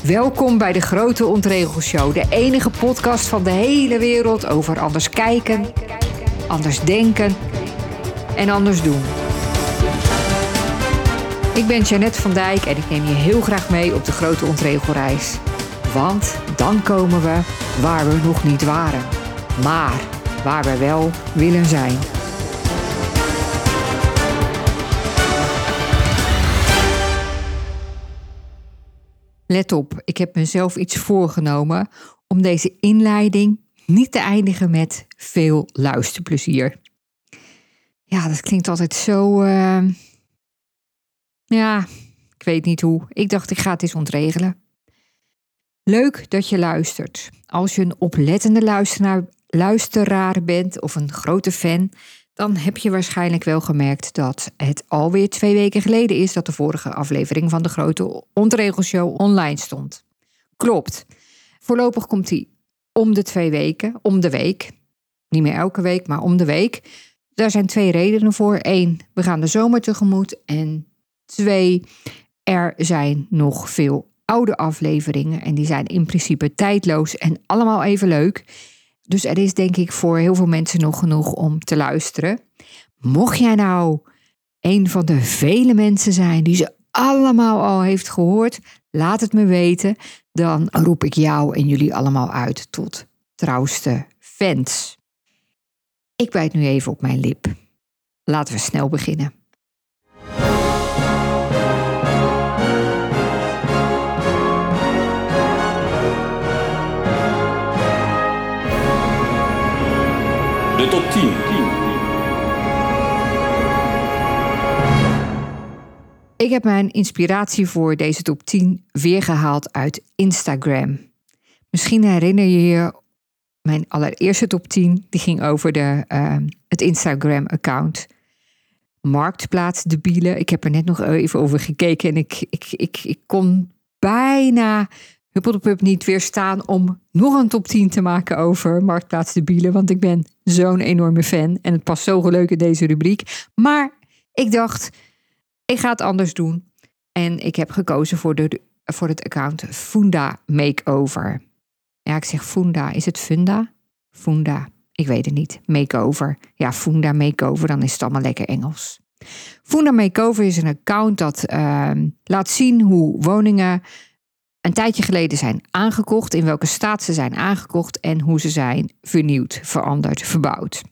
Welkom bij de Grote Ontregelshow, de enige podcast van de hele wereld over anders kijken, anders denken en anders doen. Ik ben Jeannette van Dijk en ik neem je heel graag mee op de Grote Ontregelreis. Want dan komen we waar we nog niet waren, maar waar we wel willen zijn. Let op, ik heb mezelf iets voorgenomen om deze inleiding niet te eindigen met veel luisterplezier. Ja, dat klinkt altijd zo... ik weet niet hoe. Ik dacht, ik ga het eens ontregelen. Leuk dat je luistert. Als je een oplettende luisteraar bent of een grote fan, dan heb je waarschijnlijk wel gemerkt dat het alweer 2 weken geleden is dat de vorige aflevering van de Grote Ontregelshow online stond. Klopt. Voorlopig komt die om de 2 weken, om de week. Niet meer elke week, maar om de week. Daar zijn 2 redenen voor. 1, we gaan de zomer tegemoet. En 2, er zijn nog veel oude afleveringen en die zijn in principe tijdloos en allemaal even leuk. Dus er is denk ik voor heel veel mensen nog genoeg om te luisteren. Mocht jij nou een van de vele mensen zijn die ze allemaal al heeft gehoord, laat het me weten. Dan roep ik jou en jullie allemaal uit tot trouwste fans. Ik bijt nu even op mijn lip. Laten we snel beginnen. De top 10. Ik heb mijn inspiratie voor deze top 10 weer gehaald uit Instagram. Misschien herinner je je mijn allereerste top 10. Die ging over het Instagram-account. Marktplaats debielen. Ik heb er net nog even over gekeken en ik kon bijna Huppeldepup niet weerstaan om nog een top 10 te maken over Marktplaats debielen. Want ik ben zo'n enorme fan en het past zo leuk in deze rubriek. Maar ik dacht, ik ga het anders doen. En ik heb gekozen voor het account Funda Makeover. Ja, ik zeg Funda. Is het Funda? Funda. Ik weet het niet. Makeover. Ja, Funda Makeover. Dan is het allemaal lekker Engels. Funda Makeover is een account dat laat zien hoe woningen een tijdje geleden zijn aangekocht, in welke staat ze zijn aangekocht en hoe ze zijn vernieuwd, veranderd, verbouwd.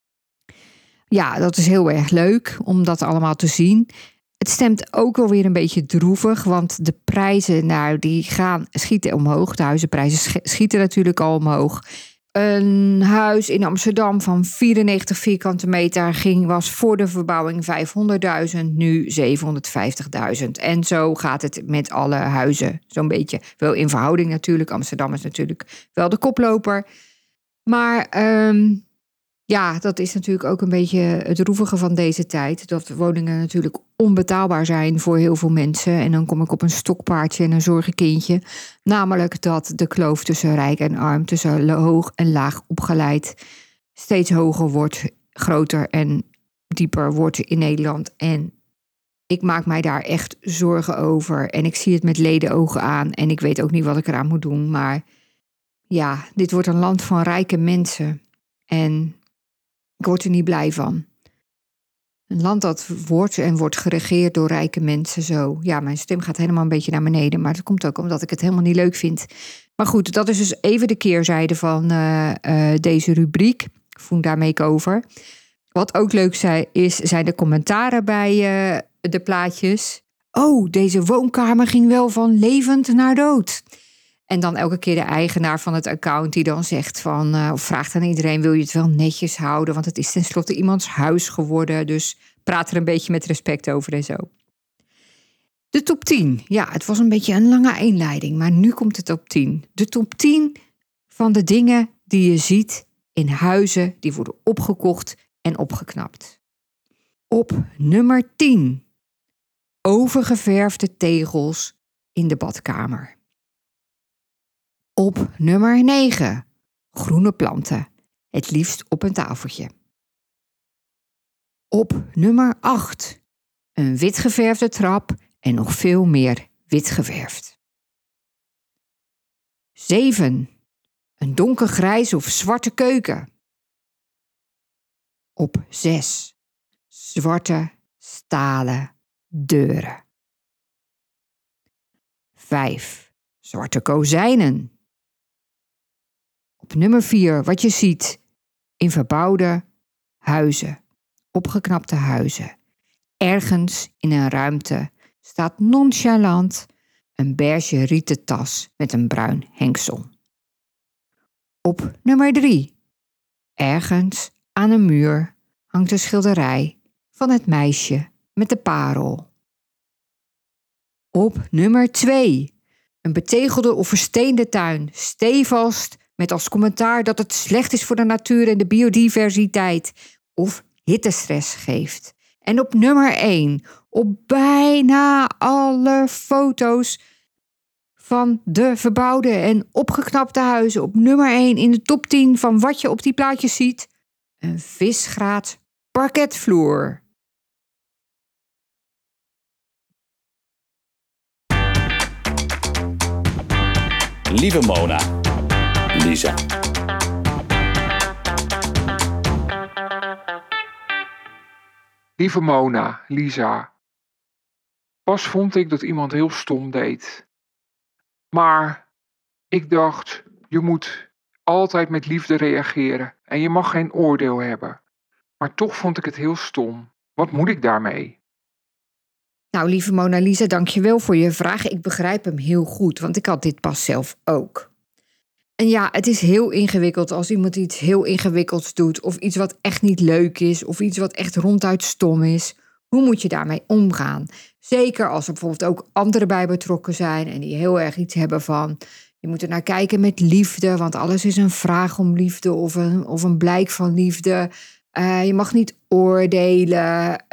Ja, dat is heel erg leuk om dat allemaal te zien. Het stemt ook wel weer een beetje droevig, want de prijzen die schieten omhoog. De huizenprijzen schieten natuurlijk al omhoog. Een huis in Amsterdam van 94 vierkante meter was voor de verbouwing 500.000, nu 750.000. En zo gaat het met alle huizen zo'n beetje. Wel in verhouding natuurlijk. Amsterdam is natuurlijk wel de koploper. Maar dat is natuurlijk ook een beetje het droevige van deze tijd. Dat woningen natuurlijk onbetaalbaar zijn voor heel veel mensen. En dan kom ik op een stokpaardje en een zorgenkindje. Namelijk dat de kloof tussen rijk en arm, tussen hoog en laag opgeleid, steeds hoger wordt, groter en dieper wordt in Nederland. En ik maak mij daar echt zorgen over. En ik zie het met ledenogen aan. En ik weet ook niet wat ik eraan moet doen. Maar ja, dit wordt een land van rijke mensen. En ik word er niet blij van. Een land dat wordt geregeerd door rijke mensen zo. Ja, mijn stem gaat helemaal een beetje naar beneden. Maar dat komt ook omdat ik het helemaal niet leuk vind. Maar goed, dat is dus even de keerzijde van deze rubriek. Funda Makeover. Wat ook leuk zijn de commentaren bij de plaatjes. Oh, deze woonkamer ging wel van levend naar dood. En dan elke keer de eigenaar van het account die dan zegt of vraagt aan iedereen, wil je het wel netjes houden? Want het is tenslotte iemands huis geworden. Dus praat er een beetje met respect over en zo. De top 10. Ja, het was een beetje een lange inleiding, maar nu komt de top 10. De top 10 van de dingen die je ziet in huizen die worden opgekocht en opgeknapt. Op nummer 10. Overgeverfde tegels in de badkamer. Op nummer 9. Groene planten, het liefst op een tafeltje. Op nummer 8. Een witgeverfde trap en nog veel meer wit geverfd. 7. Een donkergrijze of zwarte keuken. Op 6. Zwarte stalen deuren. 5. Zwarte kozijnen. Op nummer 4 wat je ziet in verbouwde huizen, opgeknapte huizen. Ergens in een ruimte staat nonchalant een beige rieten tas met een bruin hengsel. Op nummer 3. Ergens aan een muur hangt een schilderij van het meisje met de parel. Op nummer 2. Een betegelde of versteende tuin, stevast met als commentaar dat het slecht is voor de natuur en de biodiversiteit of hittestress geeft. En op nummer 1, op bijna alle foto's van de verbouwde en opgeknapte huizen, op nummer 1 in de top 10 van wat je op die plaatjes ziet, een visgraat parketvloer. Lieve Mona, Lisa. Lieve Mona, Lisa. Pas vond ik dat iemand heel stom deed. Maar ik dacht, je moet altijd met liefde reageren en je mag geen oordeel hebben. Maar toch vond ik het heel stom. Wat moet ik daarmee? Nou, lieve Mona Lisa, dank je wel voor je vraag. Ik begrijp hem heel goed, want ik had dit pas zelf ook. En ja, het is heel ingewikkeld als iemand iets heel ingewikkelds doet, of iets wat echt niet leuk is, of iets wat echt ronduit stom is. Hoe moet je daarmee omgaan? Zeker als er bijvoorbeeld ook anderen bij betrokken zijn en die heel erg iets hebben van, je moet er naar kijken met liefde, want alles is een vraag om liefde of een blijk van liefde. Je mag niet oordelen.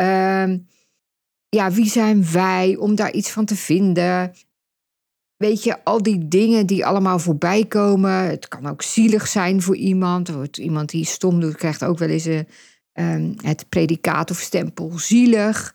Ja, wie zijn wij om daar iets van te vinden? Weet je, al die dingen die allemaal voorbij komen. Het kan ook zielig zijn voor iemand. Iemand die stom doet, krijgt ook wel eens het predicaat of stempel zielig.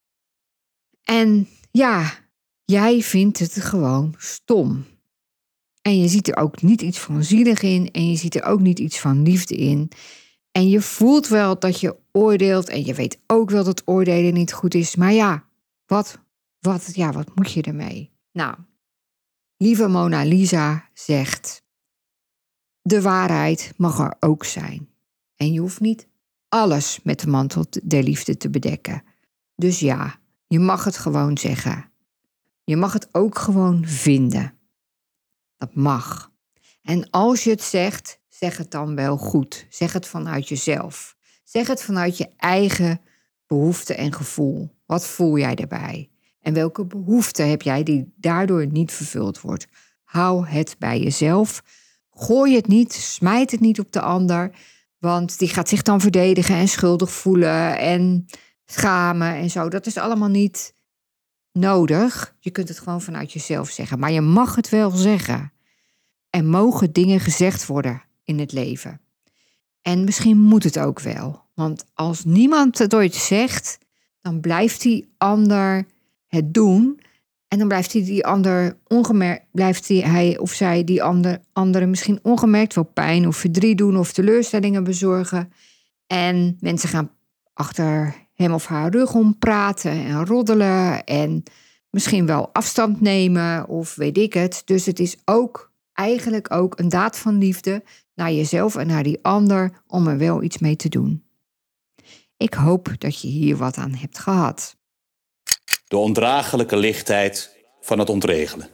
En ja, jij vindt het gewoon stom. En je ziet er ook niet iets van zielig in. En je ziet er ook niet iets van liefde in. En je voelt wel dat je oordeelt. En je weet ook wel dat oordelen niet goed is. Maar ja, wat moet je ermee? Nou, lieve Mona Lisa zegt, de waarheid mag er ook zijn. En je hoeft niet alles met de mantel der liefde te bedekken. Dus ja, je mag het gewoon zeggen. Je mag het ook gewoon vinden. Dat mag. En als je het zegt, zeg het dan wel goed. Zeg het vanuit jezelf. Zeg het vanuit je eigen behoefte en gevoel. Wat voel jij daarbij? En welke behoefte heb jij die daardoor niet vervuld wordt? Hou het bij jezelf. Gooi het niet, smijt het niet op de ander. Want die gaat zich dan verdedigen en schuldig voelen en schamen en zo. Dat is allemaal niet nodig. Je kunt het gewoon vanuit jezelf zeggen. Maar je mag het wel zeggen. Er mogen dingen gezegd worden in het leven. En misschien moet het ook wel. Want als niemand het ooit zegt, dan blijft die ander het doen. En dan blijft die ander ongemerkt, hij of zij die anderen misschien ongemerkt wel pijn of verdriet doen of teleurstellingen bezorgen. En mensen gaan achter hem of haar rug om praten en roddelen en misschien wel afstand nemen of weet ik het. Dus het is eigenlijk ook een daad van liefde naar jezelf en naar die ander om er wel iets mee te doen. Ik hoop dat je hier wat aan hebt gehad. De ondraaglijke lichtheid van het ontregelen.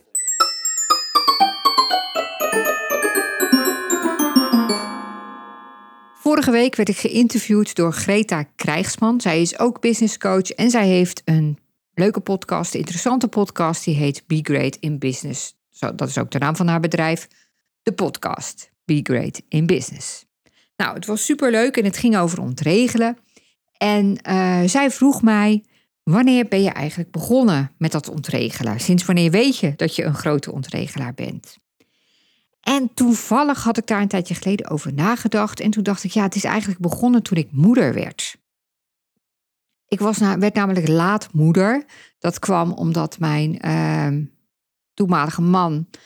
Vorige week werd ik geïnterviewd door Greta Krijgsman. Zij is ook businesscoach en zij heeft een leuke podcast, een interessante podcast. Die heet Be Great in Business. Dat is ook de naam van haar bedrijf. De podcast Be Great in Business. Nou, het was superleuk en het ging over ontregelen. En zij vroeg mij, wanneer ben je eigenlijk begonnen met dat ontregelen? Sinds wanneer weet je dat je een grote ontregelaar bent? En toevallig had ik daar een tijdje geleden over nagedacht. En toen dacht ik, ja, het is eigenlijk begonnen toen ik moeder werd. Ik werd namelijk laat moeder. Dat kwam omdat mijn toenmalige man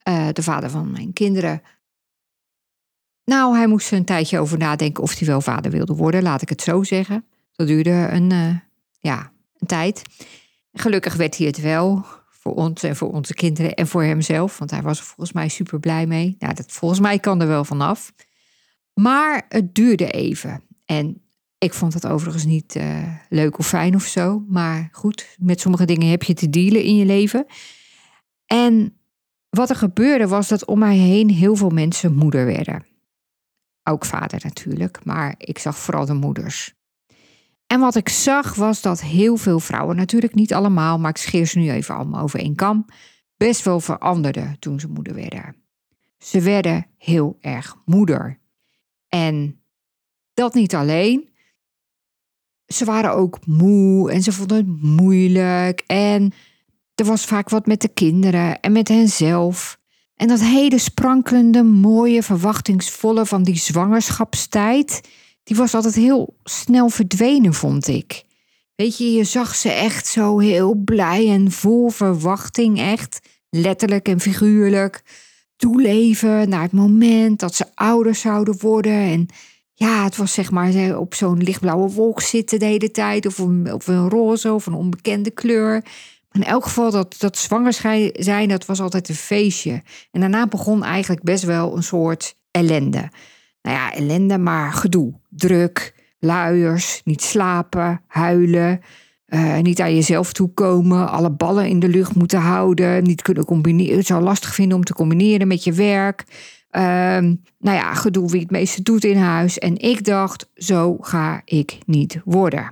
de vader van mijn kinderen. Nou, hij moest er een tijdje over nadenken of hij wel vader wilde worden, laat ik het zo zeggen. Dat duurde een tijd. Gelukkig werd hij het wel, voor ons en voor onze kinderen en voor hemzelf. Want hij was er volgens mij super blij mee. Nou, volgens mij kan er wel vanaf. Maar het duurde even. En ik vond het overigens niet leuk of fijn of zo. Maar goed, met sommige dingen heb je te dealen in je leven. En wat er gebeurde was dat om mij heen heel veel mensen moeder werden. Ook vader natuurlijk, maar ik zag vooral de moeders. En wat ik zag was dat heel veel vrouwen, natuurlijk niet allemaal, maar ik scheer ze nu even allemaal over één kam, best wel veranderden toen ze moeder werden. Ze werden heel erg moeder. En dat niet alleen. Ze waren ook moe en ze vonden het moeilijk. En er was vaak wat met de kinderen en met henzelf. En dat hele sprankelende, mooie, verwachtingsvolle van die zwangerschapstijd, die was altijd heel snel verdwenen, vond ik. Weet je zag ze echt zo heel blij en vol verwachting, echt letterlijk en figuurlijk toeleven naar het moment dat ze ouder zouden worden. En ja, het was zeg maar op zo'n lichtblauwe wolk zitten de hele tijd, of op een roze of een onbekende kleur. Maar in elk geval, dat zwanger zijn, dat was altijd een feestje. En daarna begon eigenlijk best wel een soort ellende. Nou ja, ellende, maar gedoe. Druk, luiers, niet slapen, huilen, niet aan jezelf toekomen, alle ballen in de lucht moeten houden, niet kunnen combineren. Het zou lastig vinden om te combineren met je werk. Gedoe wie het meeste doet in huis. En ik dacht, zo ga ik niet worden.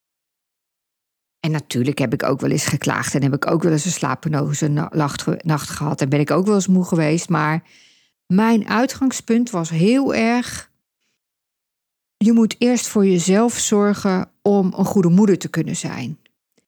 En natuurlijk heb ik ook wel eens geklaagd en heb ik ook wel eens een slapeloze nacht gehad en ben ik ook wel eens moe geweest. Maar mijn uitgangspunt was heel erg, je moet eerst voor jezelf zorgen om een goede moeder te kunnen zijn.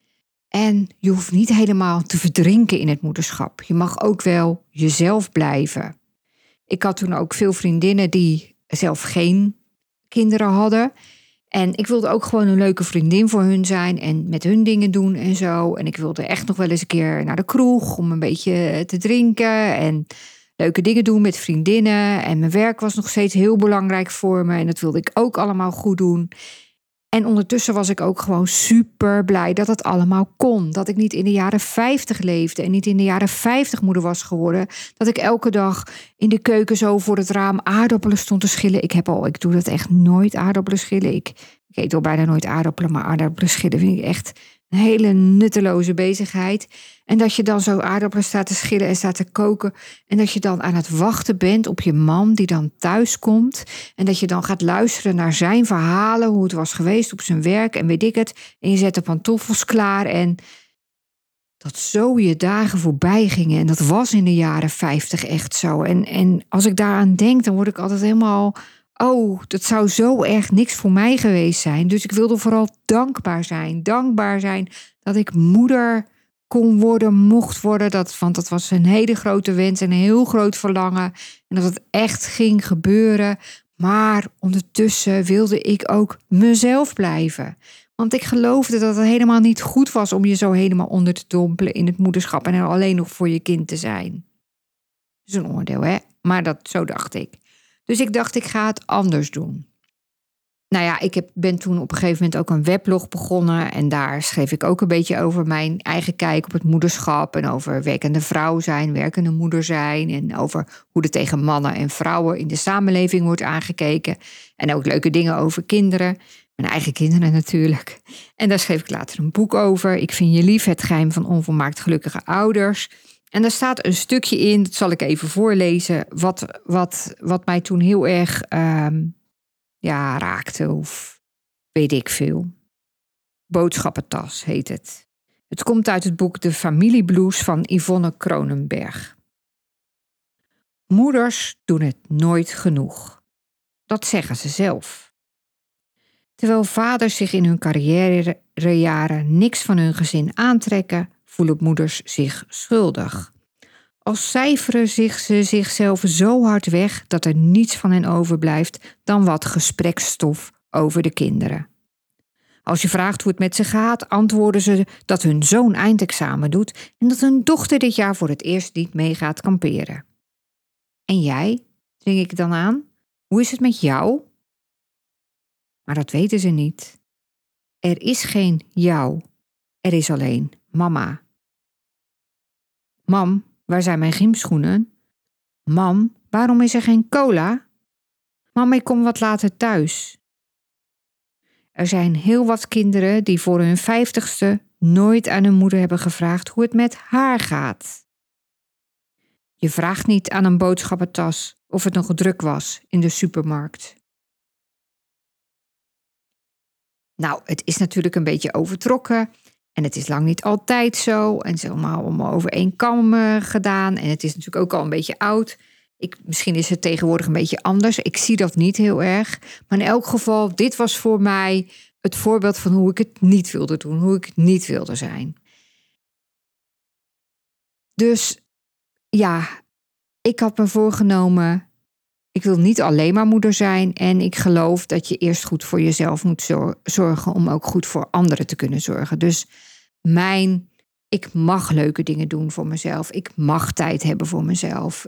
En je hoeft niet helemaal te verdrinken in het moederschap. Je mag ook wel jezelf blijven. Ik had toen ook veel vriendinnen die zelf geen kinderen hadden. En ik wilde ook gewoon een leuke vriendin voor hun zijn en met hun dingen doen en zo. En ik wilde echt nog wel eens een keer naar de kroeg om een beetje te drinken en leuke dingen doen met vriendinnen. En mijn werk was nog steeds heel belangrijk voor me en dat wilde ik ook allemaal goed doen. En ondertussen was ik ook gewoon super blij dat het allemaal kon. Dat ik niet in de jaren 50 leefde en niet in de jaren 50 moeder was geworden. Dat ik elke dag in de keuken zo voor het raam aardappelen stond te schillen. Ik doe dat echt nooit, aardappelen schillen. Ik eet al bijna nooit aardappelen, maar aardappelen schillen vind ik echt een hele nutteloze bezigheid. En dat je dan zo aardappelen staat te schillen en staat te koken. En dat je dan aan het wachten bent op je man die dan thuis komt. En dat je dan gaat luisteren naar zijn verhalen, hoe het was geweest op zijn werk en weet ik het. En je zet de pantoffels klaar en dat zo je dagen voorbij gingen. En dat was in de jaren 50 echt zo. En als ik daaraan denk, dan word ik altijd helemaal, oh, dat zou zo erg niks voor mij geweest zijn. Dus ik wilde vooral dankbaar zijn. Dankbaar zijn dat ik moeder kon worden, mocht worden. Want dat was een hele grote wens en een heel groot verlangen. En dat het echt ging gebeuren. Maar ondertussen wilde ik ook mezelf blijven. Want ik geloofde dat het helemaal niet goed was om je zo helemaal onder te dompelen in het moederschap en er alleen nog voor je kind te zijn. Dat is een oordeel, hè? Maar zo dacht ik. Dus ik dacht, ik ga het anders doen. Nou ja, ben toen op een gegeven moment ook een weblog begonnen. En daar schreef ik ook een beetje over mijn eigen kijk op het moederschap. En over werkende vrouw zijn, werkende moeder zijn. En over hoe er tegen mannen en vrouwen in de samenleving wordt aangekeken. En ook leuke dingen over kinderen. Mijn eigen kinderen natuurlijk. En daar schreef ik later een boek over. Ik vind je lief, het geheim van onvolmaakt gelukkige ouders. En daar staat een stukje in, dat zal ik even voorlezen, wat mij toen heel erg raakte of weet ik veel. Boodschappentas heet het. Het komt uit het boek De Familieblues van Yvonne Kronenberg. Moeders doen het nooit genoeg. Dat zeggen ze zelf. Terwijl vaders zich in hun carrièrejaren niks van hun gezin aantrekken, voelen moeders zich schuldig. Als cijferen ze zichzelf zo hard weg dat er niets van hen overblijft dan wat gesprekstof over de kinderen. Als je vraagt hoe het met ze gaat, antwoorden ze dat hun zoon eindexamen doet en dat hun dochter dit jaar voor het eerst niet mee gaat kamperen. En jij, dring ik dan aan, hoe is het met jou? Maar dat weten ze niet. Er is geen jou. Er is alleen mama. Mam, waar zijn mijn gymschoenen? Mam, waarom is er geen cola? Mam, ik kom wat later thuis. Er zijn heel wat kinderen die voor hun 50ste nooit aan hun moeder hebben gevraagd hoe het met haar gaat. Je vraagt niet aan een boodschappentas of het nog druk was in de supermarkt. Nou, het is natuurlijk een beetje overtrokken en het is lang niet altijd zo. En het is allemaal over één kam gedaan en het is natuurlijk ook al een beetje oud. Misschien is het tegenwoordig een beetje anders. Ik zie dat niet heel erg. Maar in elk geval, dit was voor mij het voorbeeld van hoe ik het niet wilde doen. Hoe ik het niet wilde zijn. Dus ja, ik had me voorgenomen, ik wil niet alleen maar moeder zijn. En ik geloof dat je eerst goed voor jezelf moet zorgen om ook goed voor anderen te kunnen zorgen. Dus ik mag leuke dingen doen voor mezelf. Ik mag tijd hebben voor mezelf.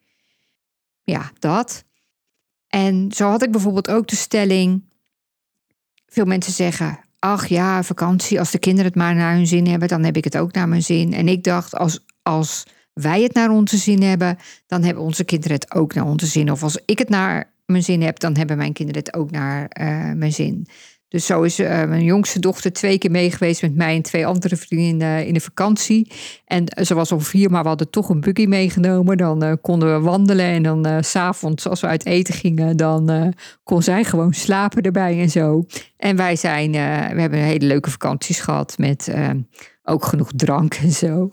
Ja, dat. En zo had ik bijvoorbeeld ook de stelling, veel mensen zeggen, ach ja, vakantie, als de kinderen het maar naar hun zin hebben, dan heb ik het ook naar mijn zin. En ik dacht, als wij het naar onze zin hebben, dan hebben onze kinderen het ook naar onze zin. Of als ik het naar mijn zin heb, dan hebben mijn kinderen het ook naar mijn zin. Dus zo is mijn jongste dochter 2 keer mee geweest met mij en 2 andere vriendinnen in de vakantie. En ze was al 4, maar we hadden toch een buggy meegenomen. Dan konden we wandelen en dan 's avonds als we uit eten gingen, dan kon zij gewoon slapen erbij en zo. En we hebben een hele leuke vakanties gehad met ook genoeg drank en zo.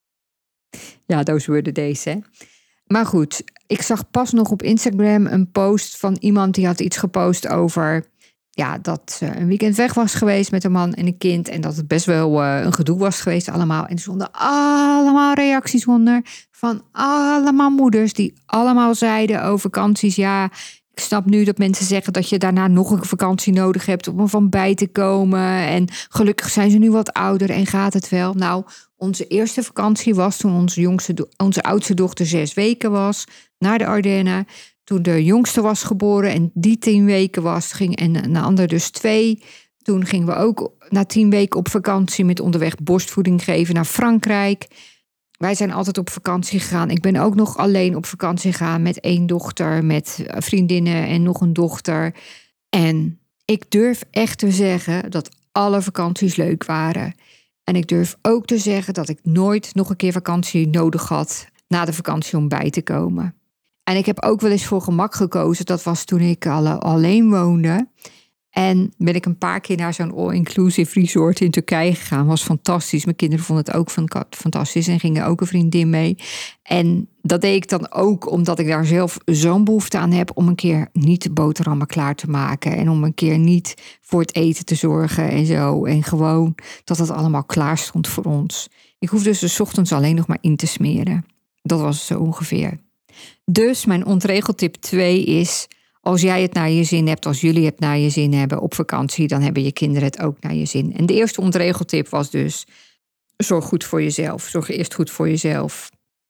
Ja, those were the days, hè. Maar goed, ik zag pas nog op Instagram een post van iemand die had iets gepost over, ja, dat ze een weekend weg was geweest met een man en een kind. En dat het best wel een gedoe was geweest allemaal. En er stonden allemaal reacties onder van allemaal moeders die allemaal zeiden over vakanties. Ja, ik snap nu dat mensen zeggen dat je daarna nog een vakantie nodig hebt om er van bij te komen. En gelukkig zijn ze nu wat ouder en gaat het wel. Nou, onze eerste vakantie was toen onze oudste dochter 6 weken was, naar de Ardennen. Toen de jongste was geboren en die 10 weken was, en een ander dus 2. Toen gingen we ook na 10 weken op vakantie met onderweg borstvoeding geven naar Frankrijk. Wij zijn altijd op vakantie gegaan. Ik ben ook nog alleen op vakantie gegaan met 1 dochter, met vriendinnen en nog een dochter. En ik durf echt te zeggen dat alle vakanties leuk waren. En ik durf ook te zeggen dat ik nooit nog een keer vakantie nodig had na de vakantie om bij te komen. En ik heb ook wel eens voor gemak gekozen. Dat was toen ik alleen woonde. En ben ik een paar keer naar zo'n all-inclusive resort in Turkije gegaan. Was fantastisch. Mijn kinderen vonden het ook fantastisch en gingen ook een vriendin mee. En dat deed ik dan ook omdat ik daar zelf zo'n behoefte aan heb om een keer niet de boterhammen klaar te maken. En om een keer niet voor het eten te zorgen en zo. En gewoon dat het allemaal klaar stond voor ons. Ik hoef dus 's ochtends alleen nog maar in te smeren. Dat was zo ongeveer. Dus mijn ontregeltip 2 is, als jij het naar je zin hebt, als jullie het naar je zin hebben op vakantie, dan hebben je kinderen het ook naar je zin. En de eerste ontregeltip was dus, zorg goed voor jezelf. Zorg eerst goed voor jezelf.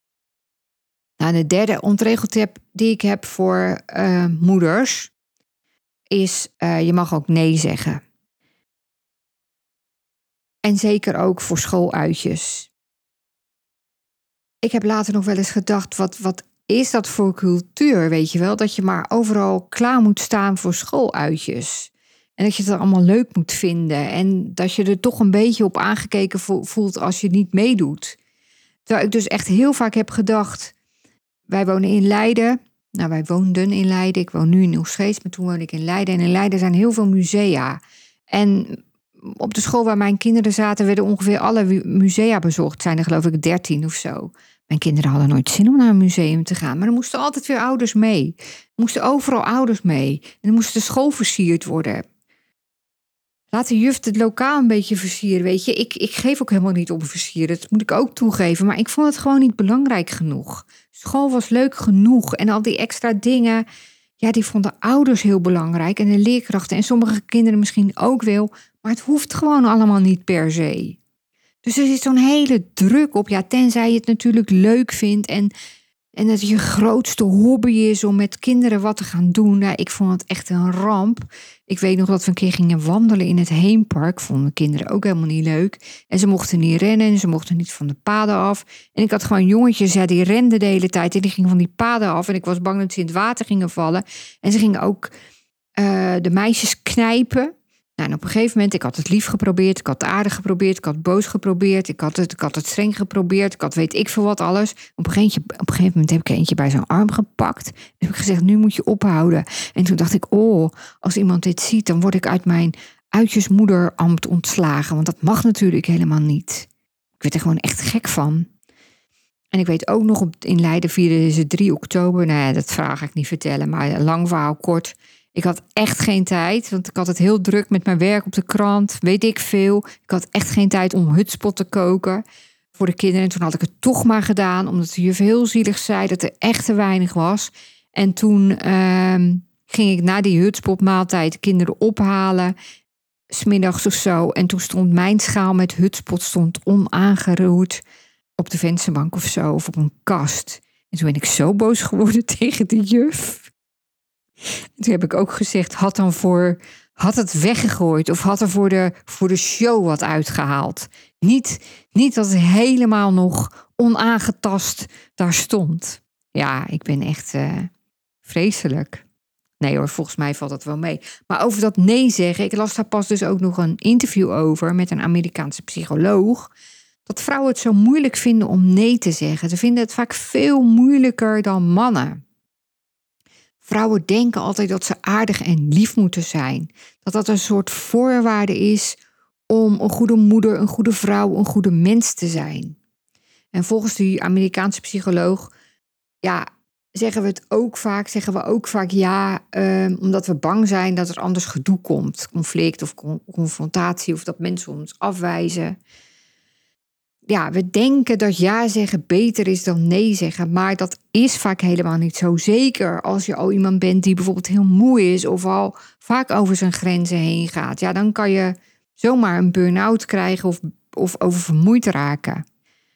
Nou, de derde ontregeltip die ik heb voor moeders is, je mag ook nee zeggen. En zeker ook voor schooluitjes. Ik heb later nog wel eens gedacht, wat is dat voor cultuur, weet je wel? Dat je maar overal klaar moet staan voor schooluitjes. En dat je het allemaal leuk moet vinden. En dat je er toch een beetje op aangekeken voelt als je niet meedoet. Terwijl ik dus echt heel vaak heb gedacht, wij wonen in Leiden. Nou, wij woonden in Leiden. Ik woon nu in Nieuw-Schees, maar toen woonde ik in Leiden. En in Leiden zijn heel veel musea. En op de school waar mijn kinderen zaten, werden ongeveer alle musea bezocht. Zijn er geloof ik 13 of zo. Mijn kinderen hadden nooit zin om naar een museum te gaan. Maar er moesten altijd weer ouders mee. Er moesten overal ouders mee. En dan moest de school versierd worden. Laat de juf het lokaal een beetje versieren, weet je. Ik geef ook helemaal niet om versieren. Dat moet ik ook toegeven. Maar ik vond het gewoon niet belangrijk genoeg. School was leuk genoeg. En al die extra dingen, ja, die vonden ouders heel belangrijk. En de leerkrachten en sommige kinderen misschien ook wel. Maar het hoeft gewoon allemaal niet per se. Dus er zit zo'n hele druk op. Ja, tenzij je het natuurlijk leuk vindt. En En dat je grootste hobby is om met kinderen wat te gaan doen. Nou, ik vond het echt een ramp. Ik weet nog dat we een keer gingen wandelen in het Heempark. Vonden kinderen ook helemaal niet leuk. En ze mochten niet rennen en ze mochten niet van de paden af. En ik had gewoon jongetjes, die renden de hele tijd. En die gingen van die paden af. En ik was bang dat ze in het water gingen vallen. En ze gingen ook de meisjes knijpen. Nou, en op een gegeven moment, ik had het lief geprobeerd, ik had het aardig geprobeerd, ik had het boos geprobeerd, ik had het streng geprobeerd, ik had weet ik veel wat alles. Op een gegeven moment heb ik eentje bij zijn arm gepakt. En heb ik gezegd, nu moet je ophouden. En toen dacht ik, als iemand dit ziet, dan word ik uit mijn uitjesmoederambt ontslagen. Want dat mag natuurlijk helemaal niet. Ik werd er gewoon echt gek van. En ik weet ook nog, in Leiden vierden ze 3 oktober. Nou ja, dat vraag ik niet vertellen, maar lang verhaal kort. Ik had echt geen tijd, want ik had het heel druk met mijn werk op de krant, weet ik veel. Ik had echt geen tijd om hutspot te koken voor de kinderen. En toen had ik het toch maar gedaan, omdat de juf heel zielig zei dat er echt te weinig was. En toen ging ik na die hutspotmaaltijd de kinderen ophalen, 's middags of zo. En toen stond mijn schaal met hutspot onaangeroerd op de vensterbank of zo, of op een kast. En toen ben ik zo boos geworden tegen de juf. Toen heb ik ook gezegd, had het weggegooid of had er voor de show wat uitgehaald. Niet dat het helemaal nog onaangetast daar stond. Ja, ik ben echt vreselijk. Nee hoor, volgens mij valt dat wel mee. Maar over dat nee zeggen, ik las daar pas dus ook nog een interview over met een Amerikaanse psycholoog. Dat vrouwen het zo moeilijk vinden om nee te zeggen. Ze vinden het vaak veel moeilijker dan mannen. Vrouwen denken altijd dat ze aardig en lief moeten zijn. Dat een soort voorwaarde is om een goede moeder, een goede vrouw, een goede mens te zijn. En volgens die Amerikaanse psycholoog, zeggen we ook vaak omdat we bang zijn dat er anders gedoe komt. Conflict of confrontatie of dat mensen ons afwijzen. Ja, we denken dat ja zeggen beter is dan nee zeggen. Maar dat is vaak helemaal niet zo. Zeker als je al iemand bent die bijvoorbeeld heel moe is of al vaak over zijn grenzen heen gaat. Ja, dan kan je zomaar een burn-out krijgen of oververmoeid raken.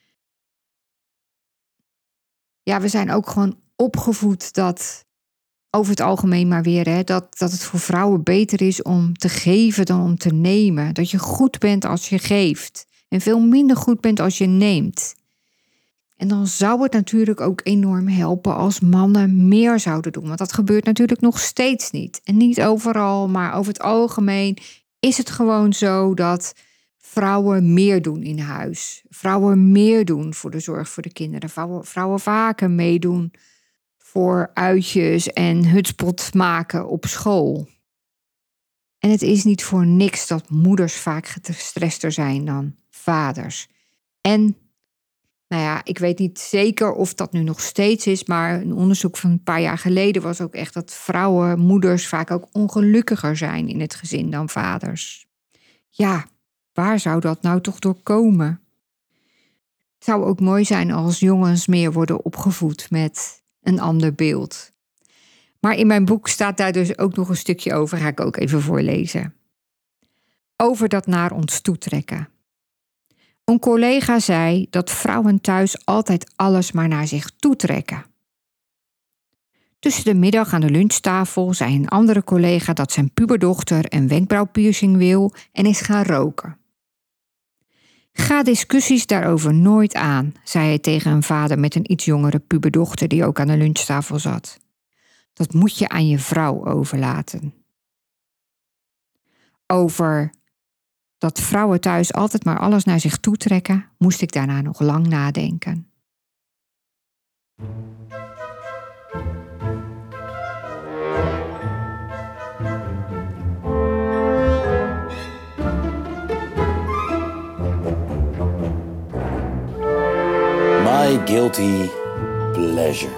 Ja, we zijn ook gewoon opgevoed dat, over het algemeen maar weer, dat het voor vrouwen beter is om te geven dan om te nemen. Dat je goed bent als je geeft. En veel minder goed bent als je neemt. En dan zou het natuurlijk ook enorm helpen als mannen meer zouden doen. Want dat gebeurt natuurlijk nog steeds niet. En niet overal, maar over het algemeen is het gewoon zo dat vrouwen meer doen in huis. Vrouwen meer doen voor de zorg voor de kinderen. Vrouwen vaker meedoen voor uitjes en hutspot maken op school. En het is niet voor niks dat moeders vaak gestrester zijn dan vaders. En, ik weet niet zeker of dat nu nog steeds is, maar een onderzoek van een paar jaar geleden was ook echt dat vrouwen, moeders vaak ook ongelukkiger zijn in het gezin dan vaders. Ja, waar zou dat nou toch door komen? Het zou ook mooi zijn als jongens meer worden opgevoed met een ander beeld. Maar in mijn boek staat daar dus ook nog een stukje over, ga ik ook even voorlezen. Over dat naar ons toetrekken. Een collega zei dat vrouwen thuis altijd alles maar naar zich toetrekken. Tussen de middag aan de lunchtafel zei een andere collega dat zijn puberdochter een wenkbrauwpiercing wil en is gaan roken. Ga discussies daarover nooit aan, zei hij tegen een vader met een iets jongere puberdochter die ook aan de lunchtafel zat. Dat moet je aan je vrouw overlaten. Over dat vrouwen thuis altijd maar alles naar zich toetrekken, moest ik daarna nog lang nadenken. My guilty pleasure.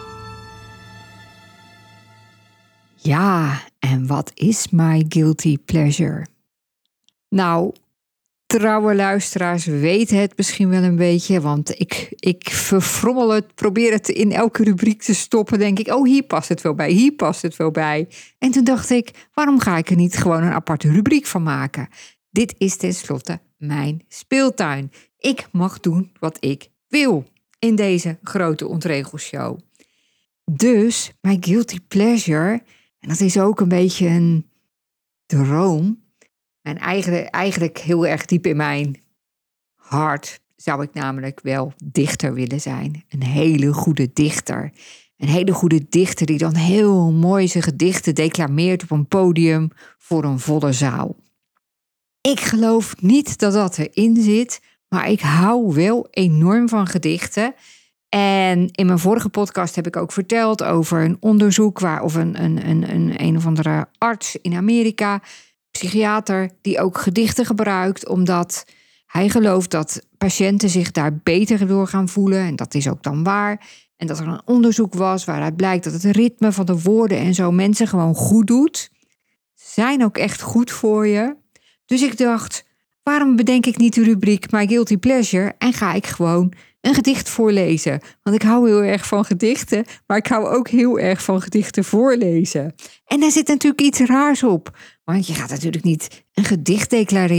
Ja, en wat is my guilty pleasure? Nou, trouwe luisteraars weten het misschien wel een beetje, want ik verfrommel het, probeer het in elke rubriek te stoppen. Denk ik, hier past het wel bij, hier past het wel bij. En toen dacht ik, waarom ga ik er niet gewoon een aparte rubriek van maken? Dit is tenslotte mijn speeltuin. Ik mag doen wat ik wil. in deze grote ontregelshow. Dus mijn guilty pleasure, en dat is ook een beetje een droom. En eigenlijk heel erg diep in mijn hart zou ik namelijk wel dichter willen zijn. Een hele goede dichter. Een hele goede dichter die dan heel mooi zijn gedichten declameert op een podium voor een volle zaal. Ik geloof niet dat dat erin zit, maar ik hou wel enorm van gedichten. En in mijn vorige podcast heb ik ook verteld over een onderzoek of een of andere arts in Amerika, psychiater, die ook gedichten gebruikt, omdat hij gelooft dat patiënten zich daar beter door gaan voelen. En dat is ook dan waar. En dat er een onderzoek was waaruit blijkt dat het ritme van de woorden en zo mensen gewoon goed doet. Zijn ook echt goed voor je. Dus ik dacht, waarom bedenk ik niet de rubriek My Guilty Pleasure en ga ik gewoon een gedicht voorlezen? Want ik hou heel erg van gedichten, maar ik hou ook heel erg van gedichten voorlezen. En daar zit natuurlijk iets raars op. Want je gaat natuurlijk niet een gedicht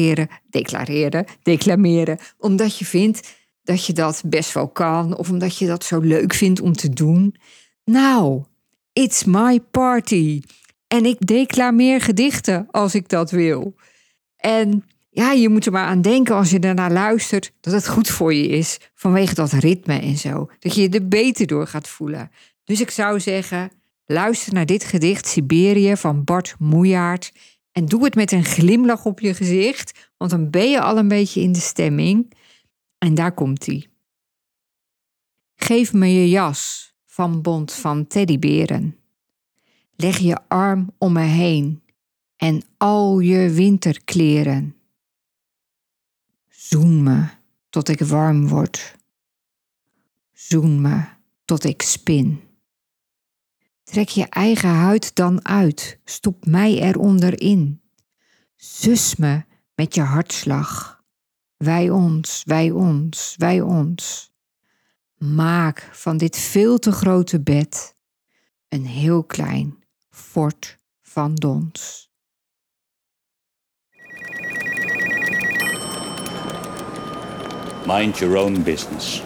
declameren, omdat je vindt dat je dat best wel kan of omdat je dat zo leuk vindt om te doen. Nou, it's my party. En ik declameer gedichten als ik dat wil. En ja, je moet er maar aan denken als je daarnaar luistert dat het goed voor je is. Vanwege dat ritme en zo. Dat je je er beter door gaat voelen. Dus ik zou zeggen, luister naar dit gedicht Siberië van Bart Moejaert. En doe het met een glimlach op je gezicht. Want dan ben je al een beetje in de stemming. En daar komt-ie. Geef me je jas van bont van teddyberen. Leg je arm om me heen en al je winterkleren. Zoen me tot ik warm word. Zoen me tot ik spin. Trek je eigen huid dan uit, stop mij eronder in. Zus me met je hartslag. Wij ons, wij ons, wij ons. Maak van dit veel te grote bed een heel klein fort van dons. Mind your own business.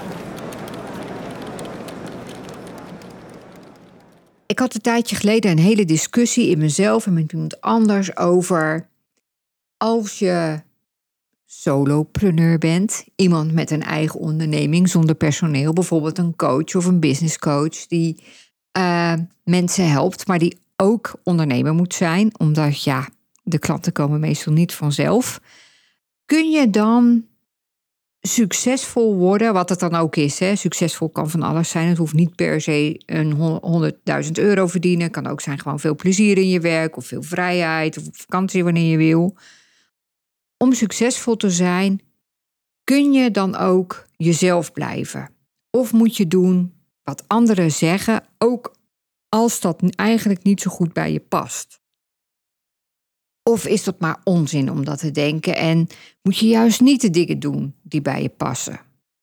Ik had een tijdje geleden een hele discussie in mezelf en met iemand anders over als je solopreneur bent, iemand met een eigen onderneming zonder personeel, bijvoorbeeld een coach of een business coach die mensen helpt, maar die ook ondernemer moet zijn, omdat ja, de klanten komen meestal niet vanzelf. Kun je dan succesvol worden, wat het dan ook is. Hè? Succesvol kan van alles zijn. Het hoeft niet per se een 100.000 euro verdienen. Het kan ook zijn gewoon veel plezier in je werk of veel vrijheid of op vakantie wanneer je wil. Om succesvol te zijn, kun je dan ook jezelf blijven? Of moet je doen wat anderen zeggen, ook als dat eigenlijk niet zo goed bij je past? Of is dat maar onzin om dat te denken en moet je juist niet de dingen doen die bij je passen?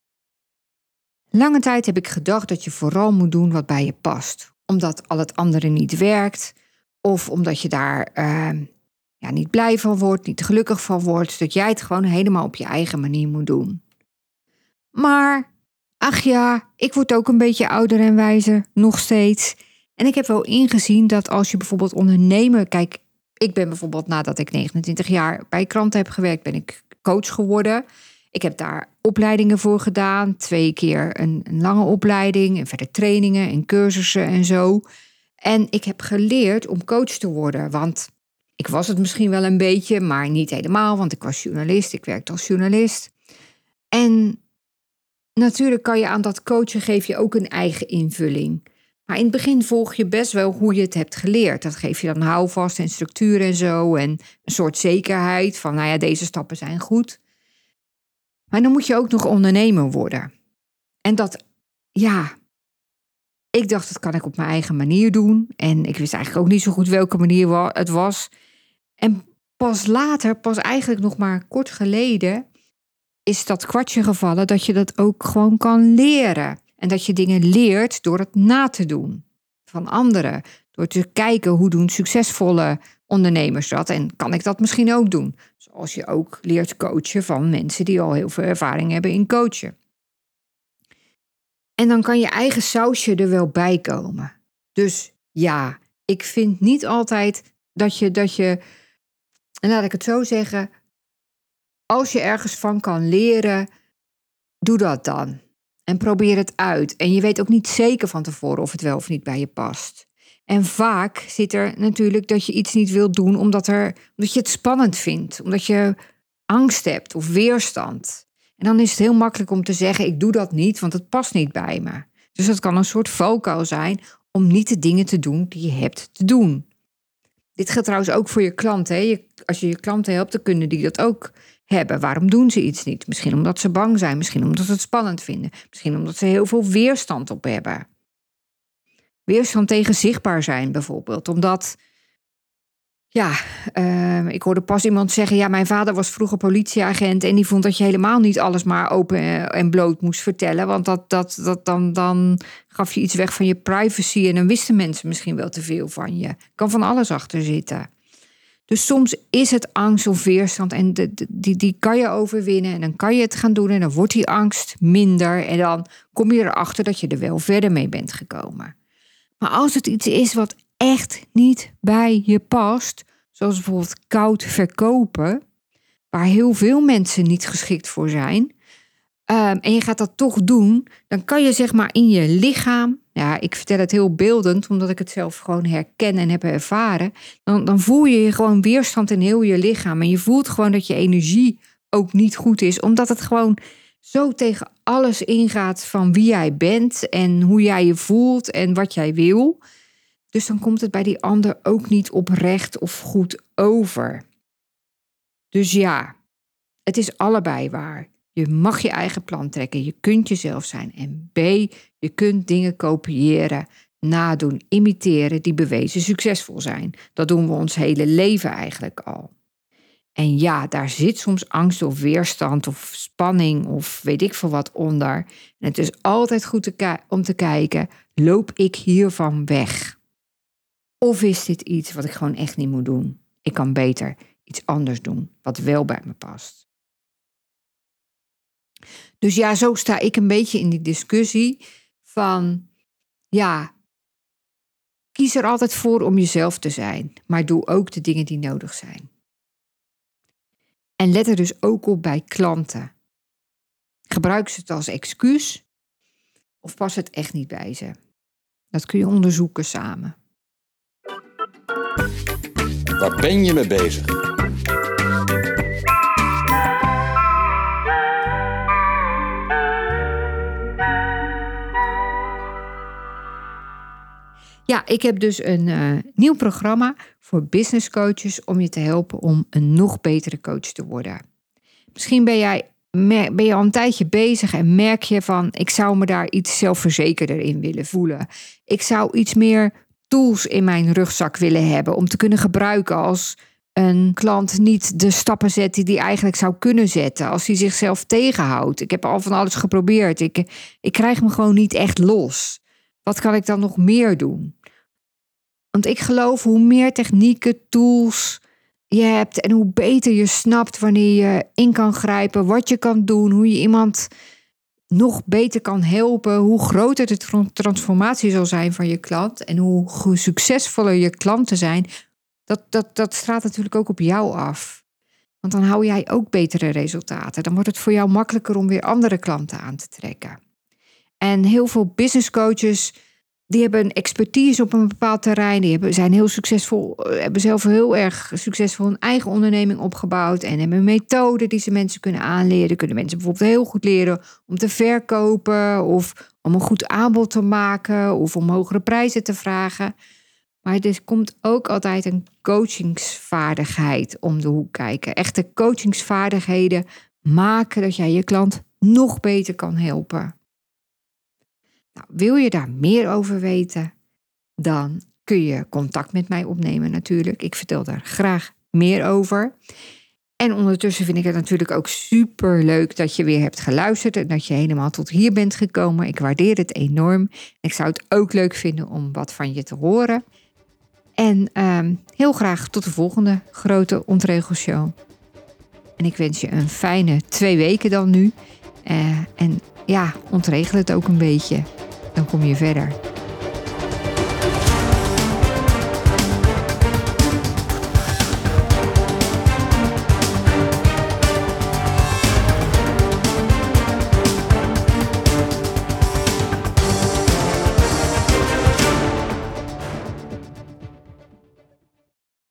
Lange tijd heb ik gedacht dat je vooral moet doen wat bij je past. Omdat al het andere niet werkt of omdat je daar niet blij van wordt, niet gelukkig van wordt. Dat jij het gewoon helemaal op je eigen manier moet doen. Maar, ach ja, ik word ook een beetje ouder en wijzer, nog steeds. En ik heb wel ingezien dat als je bijvoorbeeld ondernemer... Kijk, ik ben bijvoorbeeld nadat ik 29 jaar bij kranten heb gewerkt, ben ik coach geworden. Ik heb daar opleidingen voor gedaan. 2 keer een lange opleiding en verder trainingen en cursussen en zo. En ik heb geleerd om coach te worden. Want ik was het misschien wel een beetje, maar niet helemaal. Want ik was journalist, ik werkte als journalist. En natuurlijk kan je aan dat coachen geef je ook een eigen invulling. Maar in het begin volg je best wel hoe je het hebt geleerd. Dat geef je dan houvast en structuur en zo. En een soort zekerheid van, nou ja, deze stappen zijn goed. Maar dan moet je ook nog ondernemer worden. En dat, ja, ik dacht dat kan ik op mijn eigen manier doen. En ik wist eigenlijk ook niet zo goed welke manier het was. En pas later, pas eigenlijk nog maar kort geleden, is dat kwartje gevallen dat je dat ook gewoon kan leren. En dat je dingen leert door het na te doen van anderen. Door te kijken hoe doen succesvolle ondernemers dat. En kan ik dat misschien ook doen? Zoals je ook leert coachen van mensen die al heel veel ervaring hebben in coachen. En dan kan je eigen sausje er wel bij komen. Dus ja, ik vind niet altijd dat je, en laat ik het zo zeggen, als je ergens van kan leren, doe dat dan. En probeer het uit. En je weet ook niet zeker van tevoren of het wel of niet bij je past. En vaak zit er natuurlijk dat je iets niet wilt doen omdat je het spannend vindt. Omdat je angst hebt of weerstand. En dan is het heel makkelijk om te zeggen, ik doe dat niet, want het past niet bij me. Dus dat kan een soort valkuil zijn om niet de dingen te doen die je hebt te doen. Dit geldt trouwens ook voor je klanten. Hè? Als je je klanten helpt, dan kunnen die dat ook hebben. Waarom doen ze iets niet? Misschien omdat ze bang zijn. Misschien omdat ze het spannend vinden. Misschien omdat ze heel veel weerstand op hebben. Weerstand tegen zichtbaar zijn bijvoorbeeld. Omdat, ik hoorde pas iemand zeggen, ja, mijn vader was vroeger politieagent en die vond dat je helemaal niet alles maar open en bloot moest vertellen. Want dan gaf je iets weg van je privacy en dan wisten mensen misschien wel te veel van je. Kan van alles achter zitten. Dus soms is het angst of weerstand en die kan je overwinnen en dan kan je het gaan doen en dan wordt die angst minder en dan kom je erachter dat je er wel verder mee bent gekomen. Maar als het iets is wat echt niet bij je past, zoals bijvoorbeeld koud verkopen, waar heel veel mensen niet geschikt voor zijn, en je gaat dat toch doen, dan kan je zeg maar in je lichaam, ja, ik vertel het heel beeldend, omdat ik het zelf gewoon herken en heb ervaren, dan voel je gewoon weerstand in heel je lichaam en je voelt gewoon dat je energie ook niet goed is, omdat het gewoon zo tegen alles ingaat van wie jij bent en hoe jij je voelt en wat jij wil. Dus dan komt het bij die ander ook niet oprecht of goed over. Dus ja, het is allebei waar. Je mag je eigen plan trekken, je kunt jezelf zijn. En B, je kunt dingen kopiëren, nadoen, imiteren die bewezen succesvol zijn. Dat doen we ons hele leven eigenlijk al. En ja, daar zit soms angst of weerstand of spanning of weet ik veel wat onder. En het is altijd goed om te kijken, loop ik hiervan weg? Of is dit iets wat ik gewoon echt niet moet doen? Ik kan beter iets anders doen, wat wel bij me past. Dus ja, zo sta ik een beetje in die discussie van, ja, kies er altijd voor om jezelf te zijn, maar doe ook de dingen die nodig zijn. En let er dus ook op bij klanten. Gebruik ze het als excuus of past het echt niet bij ze? Dat kun je onderzoeken samen. Waar ben je mee bezig? Ja, ik heb dus een nieuw programma voor business coaches om je te helpen om een nog betere coach te worden. Misschien ben je al een tijdje bezig en merk je van, ik zou me daar iets zelfverzekerder in willen voelen. Ik zou iets meer tools in mijn rugzak willen hebben om te kunnen gebruiken als een klant niet de stappen zet die hij eigenlijk zou kunnen zetten. Als hij zichzelf tegenhoudt. Ik heb al van alles geprobeerd. Ik krijg me gewoon niet echt los. Wat kan ik dan nog meer doen? Want ik geloof hoe meer technieken, tools je hebt en hoe beter je snapt wanneer je in kan grijpen, wat je kan doen, hoe je iemand nog beter kan helpen, hoe groter de transformatie zal zijn van je klant en hoe succesvoller je klanten zijn, dat straalt natuurlijk ook op jou af. Want dan hou jij ook betere resultaten. Dan wordt het voor jou makkelijker om weer andere klanten aan te trekken. En heel veel business coaches, die hebben een expertise op een bepaald terrein. Zijn heel succesvol, hebben zelf heel erg succesvol een eigen onderneming opgebouwd. En hebben methoden die ze mensen kunnen aanleren. Kunnen mensen bijvoorbeeld heel goed leren om te verkopen. Of om een goed aanbod te maken. Of om hogere prijzen te vragen. Maar er komt ook altijd een coachingsvaardigheid om de hoek kijken. Echte coachingsvaardigheden maken dat jij je klant nog beter kan helpen. Nou, wil je daar meer over weten, dan kun je contact met mij opnemen natuurlijk. Ik vertel daar graag meer over. En ondertussen vind ik het natuurlijk ook super leuk dat je weer hebt geluisterd en dat je helemaal tot hier bent gekomen. Ik waardeer het enorm. Ik zou het ook leuk vinden om wat van je te horen. En heel graag tot de volgende grote ontregelshow. En ik wens je een fijne 2 weken dan nu. En ja, ontregel het ook een beetje. Dan kom je verder.